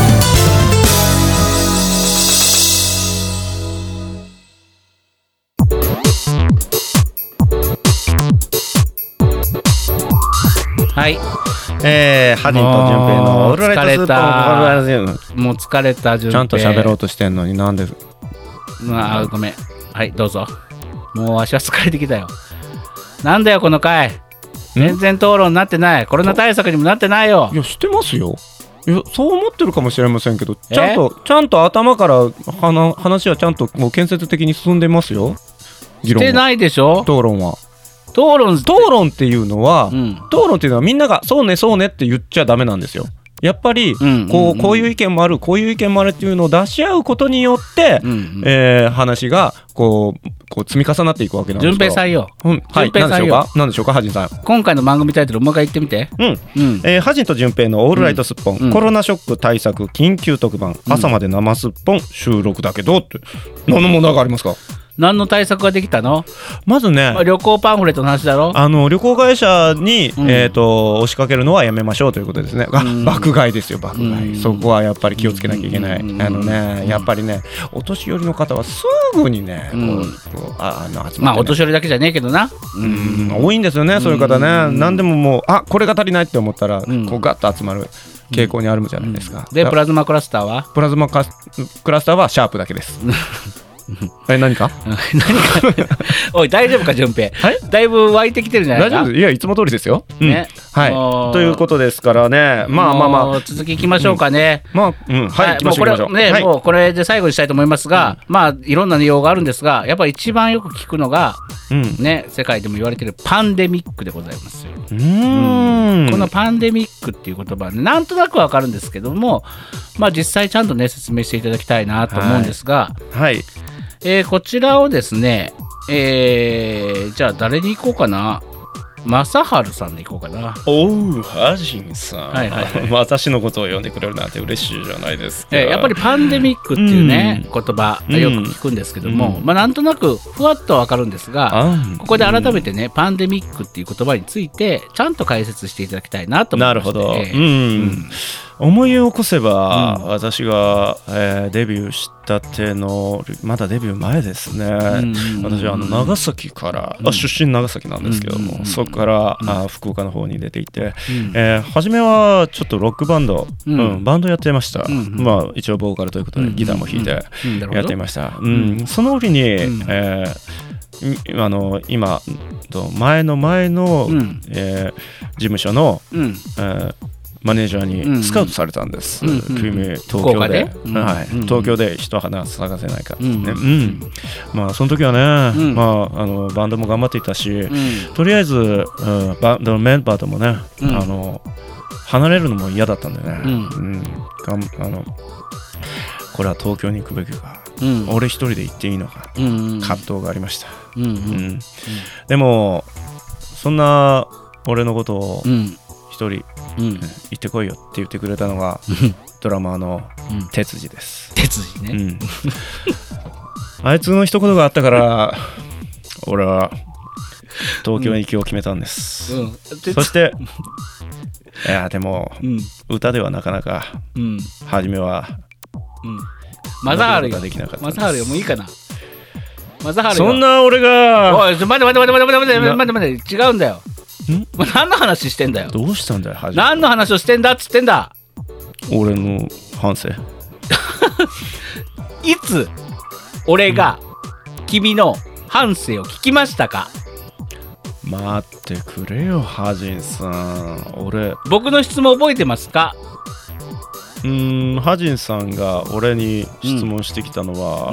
はい、 ハジンと純平のオールライトスッポン。 もう疲れた純平、 ちゃんと喋ろうとしてんのになんで。 ごめん、はいどうぞ。もう足は疲れてきたよ。なんだよこの回、全然討論になってない、コロナ対策にもなってないよ。 いやしてますよ。いやそう思ってるかもしれませんけど、ちゃんと頭から話はちゃんともう建設的に進んでますよ。 してないでしょ討論は。 討論っていうのは、討論っていうのはみんながそうねそうねって言っちゃダメなんですよ。やっぱりこういう意見もある、こういう意見もあるっていうのを出し合うことによって、話がこう積み重なっていくわけなんですよ。 順平さんよ、 はい、何でしょうかハジンさん。 今回の番組タイトルもう一回言ってみて。 ハジンと順平のオールライトスッポン、コロナショック対策緊急特番、朝まで生スッポン収録だけどって何の問題がありますか。 何の対策ができたの？ まずね、 旅行パンフレットの話だろ。 旅行会社に、押しかけるのはやめましょうということですね。爆買いですよ、爆買い。そこはやっぱり気をつけなきゃいけない。やっぱりね、お年寄りの方はすぐにね、集まって、 まあお年寄りだけじゃねえけどな、 多いんですよね、そういう方ね。何でももうこれが足りないって思ったらこうガッと集まる傾向にあるじゃないですか。 でプラズマクラスターはシャープだけです何かおい大丈夫か順平、だいぶ湧いてきてるんじゃないか。 大丈夫です。いやいつも通りですよ、はいということですからね。まあ続きいきましょうかね。 行きましょう。 もうこれで最後にしたいと思いますが、いろんな内容があるんですが、やっぱり一番よく聞くのが世界でも言われているパンデミックでございますよ。このパンデミックっていう言葉はなんとなくわかるんですけども、実際ちゃんとね説明していただきたいなと思うんですが、こちらをですね、じゃあ誰に行こうかな。正治さんで行こうかな。 ハジンさん、私のことを呼んでくれるなんて嬉しいじゃないですか。 やっぱりパンデミックっていうね、言葉よく聞くんですけども、なんとなくふわっとわかるんですが、ここで改めてね、パンデミックっていう言葉についてちゃんと解説していただきたいなと思いまして。なるほど。 思い起こせば、私が、デビューしたてのまだデビュー前ですね。私は長崎から、出身長崎なんですけども、そこから福岡の方に出ていて、初めはちょっとロックバンド、バンドやってました。一応ボーカルということでギターも弾いてやっていました。その折に、今前の、事務所の、マネージャーにスカウトされたんです。君東京で、東京で一花探せないかってね。その時はね、バンドも頑張っていたし、とりあえずバンドのメンバーともね、離れるのも嫌だったんでね。これは東京に行くべきか、俺一人で行っていいのか、葛藤がありました。でもそんな俺のことを一人行ってこいよって言ってくれたのがドラマーの哲司です。 哲司ね。 あいつの一言があったから俺は東京行きを決めたんです。そしていやでも歌ではなかなか初めはマザールができなかった。マザールよもういいかな。 そんな俺がおい待て違うんだよ。 何の話してんだよ。 どうしたんだよ、 何の話をしてんだっつってんだ。 俺の反省。 いつ俺が君の反省を聞きましたか？ 待ってくれよ、ハジンさん。 僕の質問覚えてますか？ ハジンさんが俺に質問してきたのは、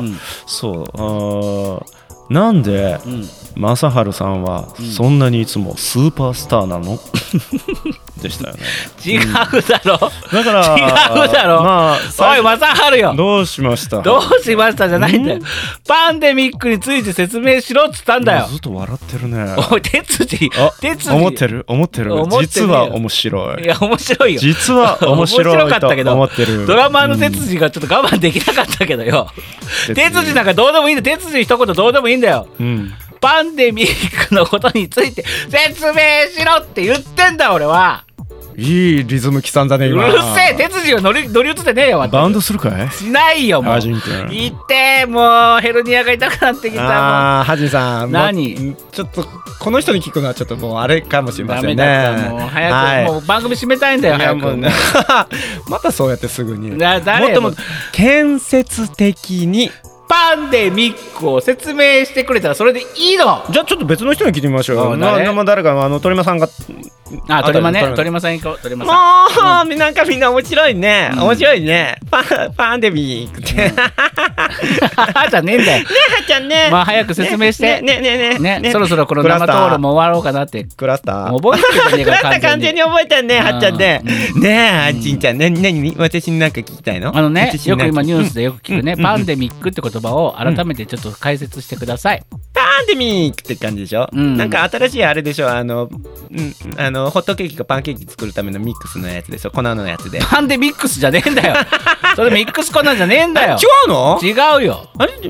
なんで、正治さんはそんなにいつもスーパースターなのでしたよね。 違うだろ。 だから違うだろ。おい正治よ。 どうしました？ どうしましたじゃないんだよ。パンデミックについて説明しろっつったんだよ。 ずっと笑ってるね。 おい哲司。 思ってる。実は面白い。 いや面白いよ。 実は面白いと思ってる。 ドラマーの哲司がちょっと我慢できなかったけどよ。哲司なんかどうでもいいんだよ。哲司一言どうでもいいんだよ。パンデミックのことについて説明しろって言ってんだ俺は。 いいリズム刻んだね今。 うるせえ、哲司が乗り移ってねえよ。 バンドするかい？ しないよもう。言ってもうヘルニアが痛くなってきた。 ハジンさん。 何？ ちょっとこの人に聞くのはちょっともうあれかもしれませんね。 ダメだった。もう早く、もう番組締めたいんだよ早く。 またそうやってすぐに。もっとも建設的に。 パンデミックを説明してくれたらそれでいいの。 じゃあちょっと別の人に聞いてみましょうよ。誰か鳥間さんが。 鳥間ね。鳥間さん行こう。鳥間さん。もうなんかみんな面白いね。面白いね。パンデミックって。 はちゃんねえんだよ。 ねはちゃんね。 まあ早く説明して。 ね。 そろそろこの生討論も終わろうかなって。 クラスター。 覚えてるね。 クラスター完全に覚えたねはちゃんね。ねえはちんちゃん。何私に何か聞きたいの？ ねよく今ニュースでよく聞くね。パンデミックって言葉を改めてちょっと解説してください。 パンデミックって感じでしょ。なんか新しいあれでしょ。ホットケーキかパンケーキ作るためのミックスのやつでしょ。粉のやつで。 パンデミックスじゃねえんだよ。それミックス粉じゃねえんだよ。 違うの？ 違うよ。 あれ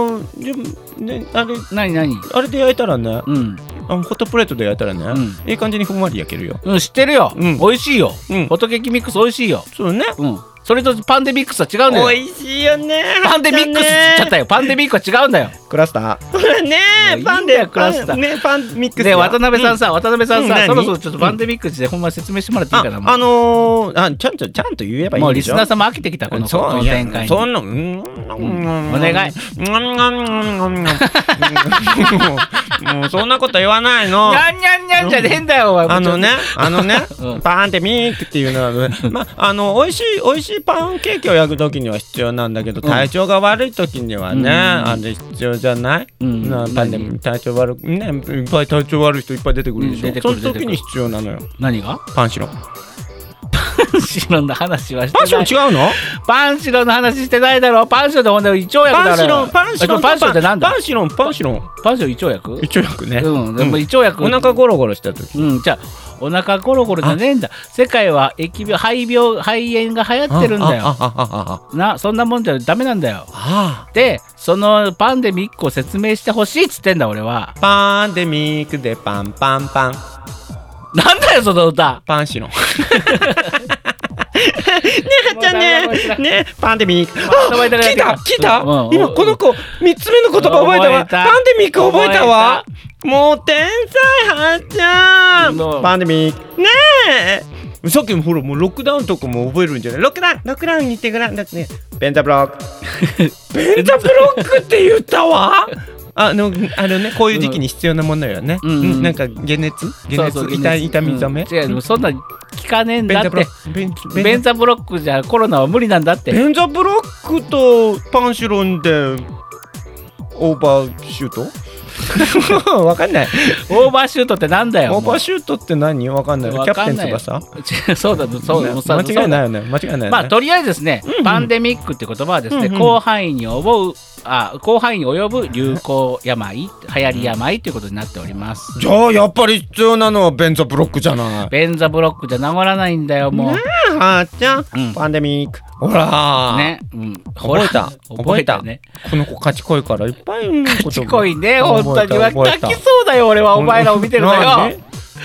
何あれで焼いたらね。ホットプレートで焼いたらね、いい感じにふんわり焼けるよ。 知ってるよ。美味しいよ。ホットケーキミックス美味しいよ。 そうね。 それとパンデミックスは違うんだよ。 美味しいよね。 パンデミックスって言っちゃったよ。パンデミックは違うんだよ。 クラスター。 ねえ、パンデクラスター。ねパンミックス。 ね渡辺さんさ、そろそろちょっとパンデミックスでほんま説明してもらっていいかな。 ちゃんと言えばいいんでしょ。 もうリスナーさんも飽きてきたこの展開に。 そんなお願い。 もうそんなこと言わないの。 にゃんにゃんにゃんじゃねえんだよ。 あのね、パンデミックっていうのは美味しいパンケーキを焼くときには必要なんだけど、体調が悪いときにはね、必要じゃない？パンデミック体調悪くね、いっぱい体調悪い人いっぱい出てくるでしょ。その時に必要なのよ。 何が？ パンシロン。 パンシロンの話はしてない。 パンシロン違うの？ パンシロンの話してないだろ。パンシロンってほんで胃腸薬だろ。パンシロンってなんだ？ パンシロン胃腸薬？ 胃腸薬ね。 でも胃腸薬。 お腹ゴロゴロした時。 じゃあお腹ゴロゴロじゃねえんだ。世界は疫病肺炎が流行ってるんだよ。そんなもんじゃダメなんだよ。でそのパンデミックを説明してほしいっつってんだ俺は。 パンデミックでパンパンパン。 なんだよその歌。 パンシロン。ねはちゃんねパンデミック。聞いた今この子3つ目の言葉覚えたわ。パンデミック覚えたわ。もう天才はちゃん。パンデミックねえ。さっきもほらもうロックダウンとかも覚えるんじゃない？ロックダウンにってぐらいだってね。ベンザブロック。ベンザブロックって言ったわ。こういう時期に必要なものよね。なんか解熱痛み止め。 違う、そんな聞かねえんだって。ベンザブロックじゃコロナは無理なんだって。 ベンザブロックとパンシロンでオーバーシュート？わかんない。 オーバーシュートってなんだよ。 オーバーシュートって何？わかんない。キャプテン翼？ そうだ間違いないよね。 まあとりあえずですね、パンデミックって言葉はですね、広範囲に及ぶ流行病、流行り病ということになっております。 じゃあやっぱり必要なのはベンザブロックじゃない。 ベンザブロックじゃ治らないんだよもう。 はーちゃん、パンデミック。ほらね、 覚えたね。この子賢いからいっぱい賢いね本当に。泣きそうだよ俺はお前らを見てるのよ。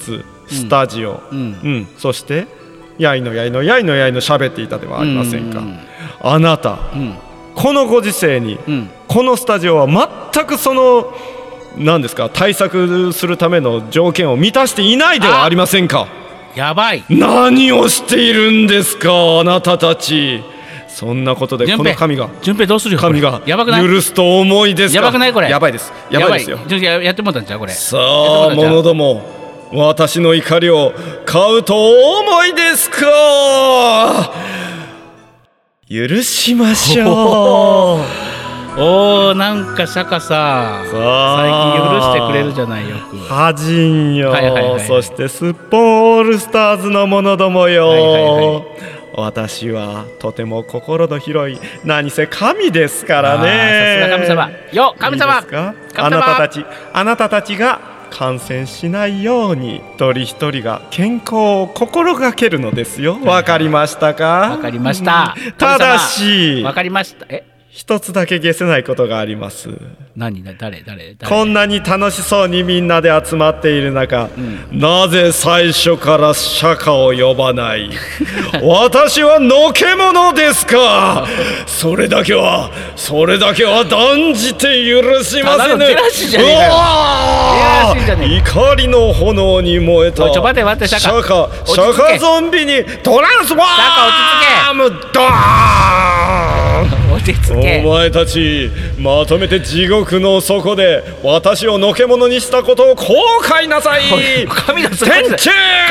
室、スタジオ、そしてやいの喋っていたではありませんか。あなた、このご時世に、このスタジオは全くその何ですか、対策するための条件を満たしていないではありませんか。 やばい。 何をしているんですか、あなたたち。そんなことでこの神が順平どうするよ、 神が許すと思いですか。 やばくない？これやばいです、やばいですよ。 やってもらったんちゃうこれ。 さあ者ども、私の怒りを買うとお思いですか。許しましょう。 おー、なんか釈迦さ最近許してくれるじゃないよく。 はじんよ、そしてすっぽんオールスターズの者どもよ、私はとても心の広い何せ神ですからね。 さすが神様よ、神様。 いいですか？あなたたちが感染しないように一人一人が健康を心がけるのですよ。わかりましたか？ わかりました。 ただし、 わかりました。 一つだけ消せないことがあります。 何？誰？ こんなに楽しそうにみんなで集まっている中、なぜ最初から釈迦を呼ばない？私はのけ者ですか？それだけは断じて許しませんね。 ジェラシーじゃねえかよ。 怒りの炎に燃えたちょ待って釈迦ゾンビにトランスフォームドーン。お前たちまとめて地獄の底で私をのけ者にしたことを後悔なさい。 神のすることだ。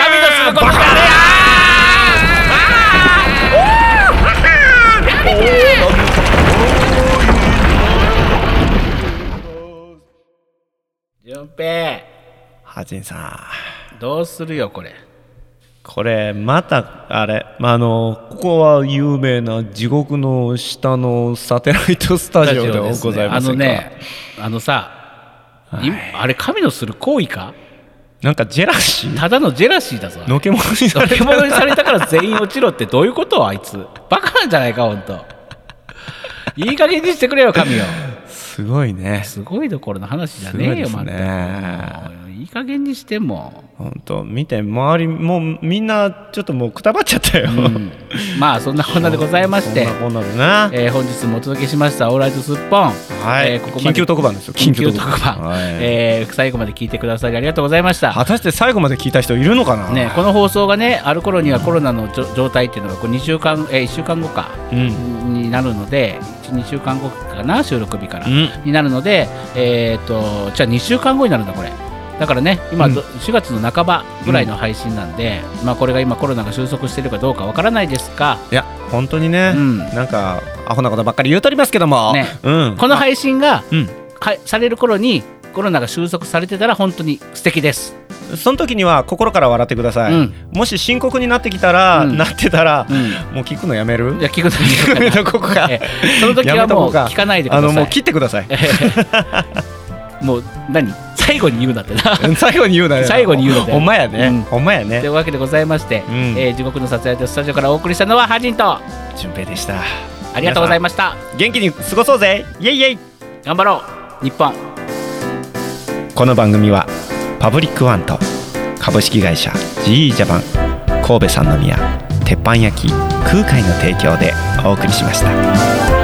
順平、 はじんさんどうするよこれまたあれ、ここは有名な地獄の下のサテライトスタジオではございませんか？ あれ神のする行為か？ なんかジェラシー？ ただのジェラシーだぞ。 のけ者にされたから全員落ちろってどういうこと？あいつバカなんじゃないかほんと。いい加減にしてくれよ神よ。 すごいね。 すごいどころの話じゃねえよ、まったく。いい加減にしても。 本当見て周りもうみんなちょっともうくたばっちゃったよ。 まあそんなこんなでございまして、 こんなでね。 本日もお届けしましたオーライトスッポン。 はい。ここ緊急特番ですよ。 緊急特番。最後まで聞いてくださりありがとうございました。 果たして最後まで聞いた人いるのかな。 ね、この放送がねある頃にはコロナの状態っていうのが1週間後かになるので、2週間後かな収録日からになるので、じゃあ2週間後になるんだこれ。だからね今、4月の半ばぐらいの配信なんで、これが今コロナが収束しているかどうかわからないですが、 いや本当にね、なんかアホなことばっかり言うとりますけども、 この配信が、される頃にコロナが収束されてたら本当に素敵です。 その時には心から笑ってください。もし深刻になってきたら、なってたら、もう聞くのやめる？ いや聞くのやめとこうか。その時はもう聞かないでください。 もう切ってください。 もう最後に言うなってな。 最後に言うなよ。 最後に言うなって。 ほんまやね。ほんまやね。 というわけでございまして、地獄の撮影スタジオからお送りしたのはハジンと順平でした。 ありがとうございました。 元気に過ごそうぜ。イエイイエイ。 頑張ろう日本。 この番組はパブリックワンと株式会社 GE ジャパン神戸三宮鉄板焼き空海の提供でお送りしました。